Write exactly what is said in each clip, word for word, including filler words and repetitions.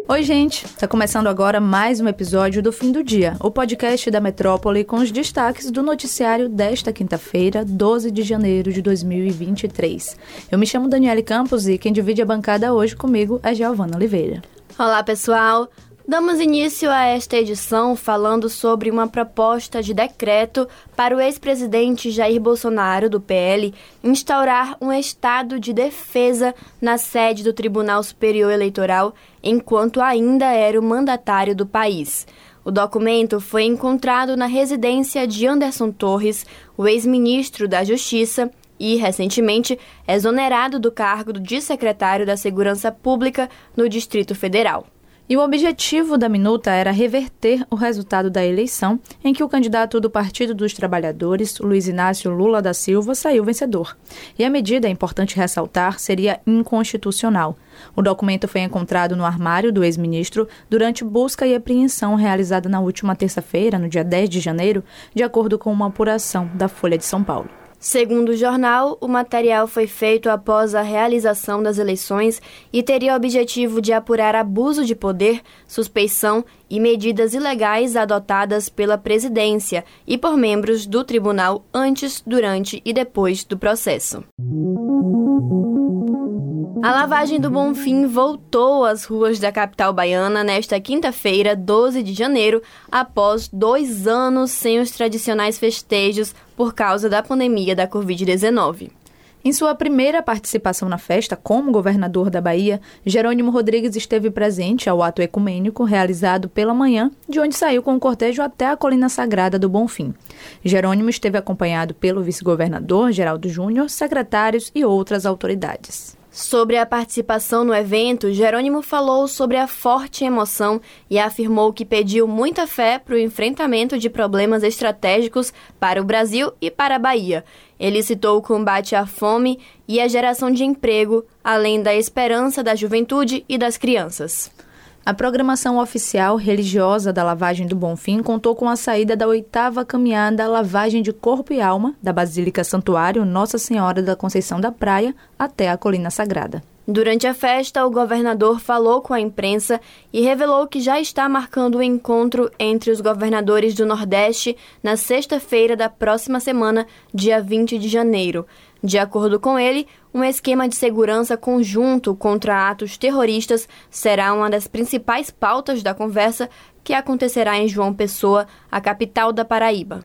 Oi, gente! Tá começando agora mais um episódio do Fim do Dia, o podcast da Metrópole com os destaques do noticiário desta quinta-feira, doze de janeiro de dois mil e vinte e três. Eu me chamo Daniele Campos e quem divide a bancada hoje comigo é Giovana Oliveira. Olá, pessoal! Damos início a esta edição falando sobre uma proposta de decreto para o ex-presidente Jair Bolsonaro, do P L, instaurar um estado de defesa na sede do Tribunal Superior Eleitoral, enquanto ainda era o mandatário do país. O documento foi encontrado na residência de Anderson Torres, o ex-ministro da Justiça, e, recentemente, exonerado do cargo de secretário da Segurança Pública no Distrito Federal. E o objetivo da minuta era reverter o resultado da eleição, em que o candidato do Partido dos Trabalhadores, Luiz Inácio Lula da Silva, saiu vencedor. E a medida, é importante ressaltar, seria inconstitucional. O documento foi encontrado no armário do ex-ministro durante busca e apreensão realizada na última terça-feira, no dia dez de janeiro, de acordo com uma apuração da Folha de São Paulo. Segundo o jornal, o material foi feito após a realização das eleições e teria o objetivo de apurar abuso de poder, suspeição e medidas ilegais adotadas pela presidência e por membros do tribunal antes, durante e depois do processo. A lavagem do Bonfim voltou às ruas da capital baiana nesta quinta-feira, doze de janeiro, após dois anos sem os tradicionais festejos por causa da pandemia da covid dezenove. Em sua primeira participação na festa como governador da Bahia, Jerônimo Rodrigues esteve presente ao ato ecumênico realizado pela manhã, de onde saiu com o cortejo até a Colina Sagrada do Bonfim. Jerônimo esteve acompanhado pelo vice-governador Geraldo Júnior, secretários e outras autoridades. Sobre a participação no evento, Jerônimo falou sobre a forte emoção e afirmou que pediu muita fé para o enfrentamento de problemas estratégicos para o Brasil e para a Bahia. Ele citou o combate à fome e a geração de emprego, além da esperança da juventude e das crianças. A programação oficial religiosa da Lavagem do Bonfim contou com a saída da oitava caminhada Lavagem de Corpo e Alma, da Basílica Santuário Nossa Senhora da Conceição da Praia, até a Colina Sagrada. Durante a festa, o governador falou com a imprensa e revelou que já está marcando o encontro entre os governadores do Nordeste na sexta-feira da próxima semana, dia vinte de janeiro. De acordo com ele, um esquema de segurança conjunto contra atos terroristas será uma das principais pautas da conversa, que acontecerá em João Pessoa, a capital da Paraíba.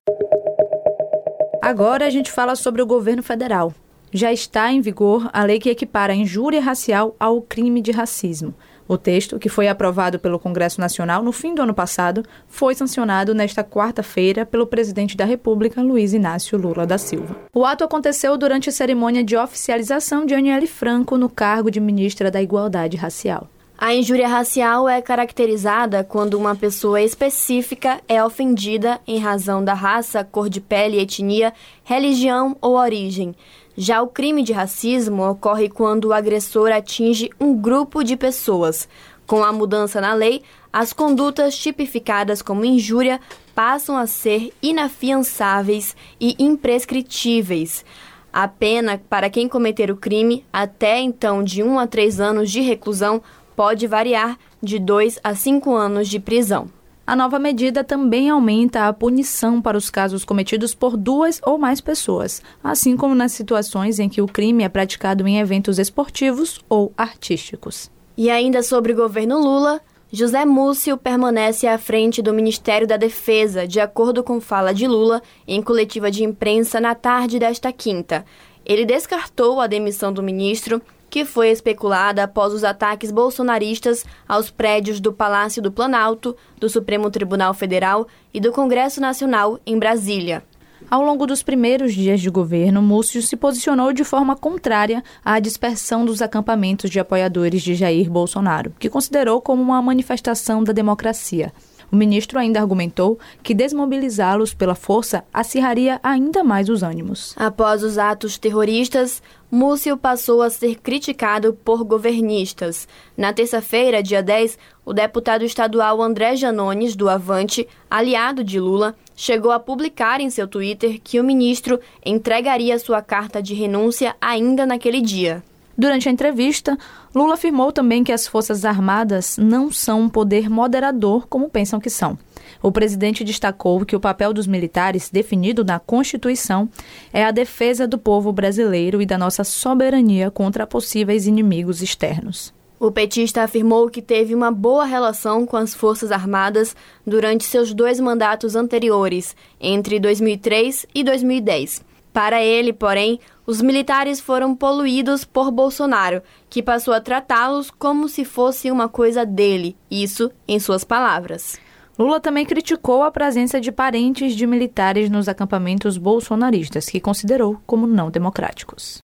Agora a gente fala sobre o governo federal. Já está em vigor a lei que equipara a injúria racial ao crime de racismo. O texto, que foi aprovado pelo Congresso Nacional no fim do ano passado, foi sancionado nesta quarta-feira pelo presidente da República, Luiz Inácio Lula da Silva. O ato aconteceu durante a cerimônia de oficialização de Aniele Franco no cargo de ministra da Igualdade Racial. A injúria racial é caracterizada quando uma pessoa específica é ofendida em razão da raça, cor de pele, etnia, religião ou origem. Já o crime de racismo ocorre quando o agressor atinge um grupo de pessoas. Com a mudança na lei, as condutas tipificadas como injúria passam a ser inafiançáveis e imprescritíveis. A pena para quem cometer o crime, até então de um a três anos de reclusão, pode variar de dois a cinco anos de prisão. A nova medida também aumenta a punição para os casos cometidos por duas ou mais pessoas, assim como nas situações em que o crime é praticado em eventos esportivos ou artísticos. E ainda sobre o governo Lula, José Múcio permanece à frente do Ministério da Defesa, de acordo com fala de Lula em coletiva de imprensa na tarde desta quinta. Ele descartou a demissão do ministro, que foi especulada após os ataques bolsonaristas aos prédios do Palácio do Planalto, do Supremo Tribunal Federal e do Congresso Nacional em Brasília. Ao longo dos primeiros dias de governo, Múcio se posicionou de forma contrária à dispersão dos acampamentos de apoiadores de Jair Bolsonaro, que considerou como uma manifestação da democracia. O ministro ainda argumentou que desmobilizá-los pela força acirraria ainda mais os ânimos. Após os atos terroristas, Múcio passou a ser criticado por governistas. Na terça-feira, dia dez, o deputado estadual André Janones, do Avante, aliado de Lula, chegou a publicar em seu Twitter que o ministro entregaria sua carta de renúncia ainda naquele dia. Durante a entrevista, Lula afirmou também que as Forças Armadas não são um poder moderador como pensam que são. O presidente destacou que o papel dos militares, definido na Constituição, é a defesa do povo brasileiro e da nossa soberania contra possíveis inimigos externos. O petista afirmou que teve uma boa relação com as Forças Armadas durante seus dois mandatos anteriores, entre dois mil e três e dois mil e dez. Para ele, porém, os militares foram poluídos por Bolsonaro, que passou a tratá-los como se fosse uma coisa dele, isso em suas palavras. Lula também criticou a presença de parentes de militares nos acampamentos bolsonaristas, que considerou como não democráticos.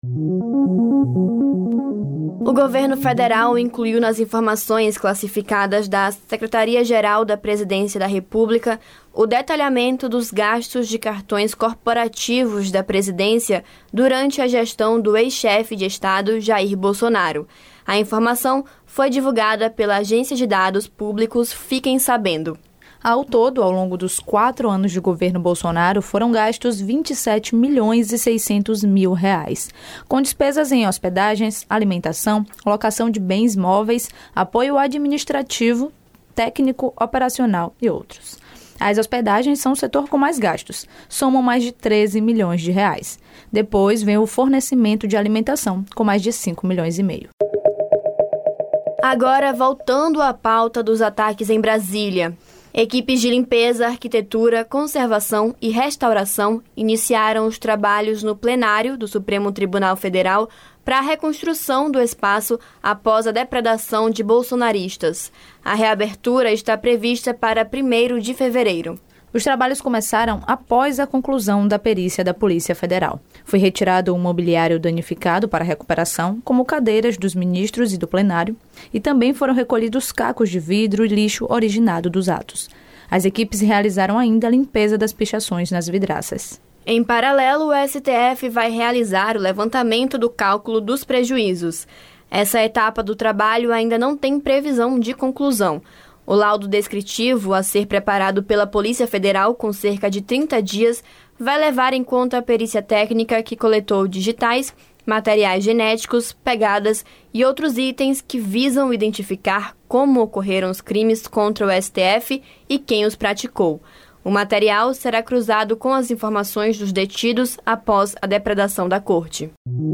O governo federal incluiu nas informações classificadas da Secretaria-Geral da Presidência da República o detalhamento dos gastos de cartões corporativos da presidência durante a gestão do ex-chefe de Estado Jair Bolsonaro. A informação foi divulgada pela Agência de Dados Públicos Fiquem Sabendo. Ao todo, ao longo dos quatro anos de governo Bolsonaro, foram gastos vinte e sete milhões e seiscentos mil reais, com despesas em hospedagens, alimentação, locação de bens móveis, apoio administrativo, técnico, operacional e outros. As hospedagens são o setor com mais gastos, somam mais de treze milhões de reais. Depois vem o fornecimento de alimentação, com mais de cinco milhões e meio. Agora, voltando à pauta dos ataques em Brasília. Equipes de limpeza, arquitetura, conservação e restauração iniciaram os trabalhos no plenário do Supremo Tribunal Federal para a reconstrução do espaço após a depredação de bolsonaristas. A reabertura está prevista para primeiro de fevereiro. Os trabalhos começaram após a conclusão da perícia da Polícia Federal. Foi retirado o mobiliário danificado para recuperação, como cadeiras dos ministros e do plenário, e também foram recolhidos cacos de vidro e lixo originado dos atos. As equipes realizaram ainda a limpeza das pichações nas vidraças. Em paralelo, o S T F vai realizar o levantamento do cálculo dos prejuízos. Essa etapa do trabalho ainda não tem previsão de conclusão. O laudo descritivo, a ser preparado pela Polícia Federal com cerca de trinta dias, vai levar em conta a perícia técnica que coletou digitais, materiais genéticos, pegadas e outros itens que visam identificar como ocorreram os crimes contra o S T F e quem os praticou. O material será cruzado com as informações dos detidos após a depredação da corte.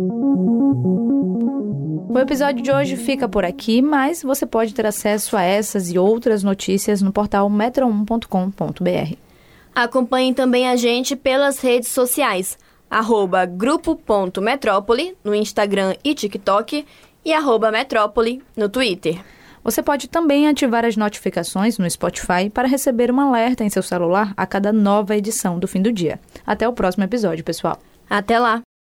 O episódio de hoje fica por aqui, mas você pode ter acesso a essas e outras notícias no portal metro um ponto com ponto b r. Acompanhe também a gente pelas redes sociais, arroba grupo.metrópole no Instagram e TikTok e arroba metrópole no Twitter. Você pode também ativar as notificações no Spotify para receber um alerta em seu celular a cada nova edição do fim do dia. Até o próximo episódio, pessoal. Até lá!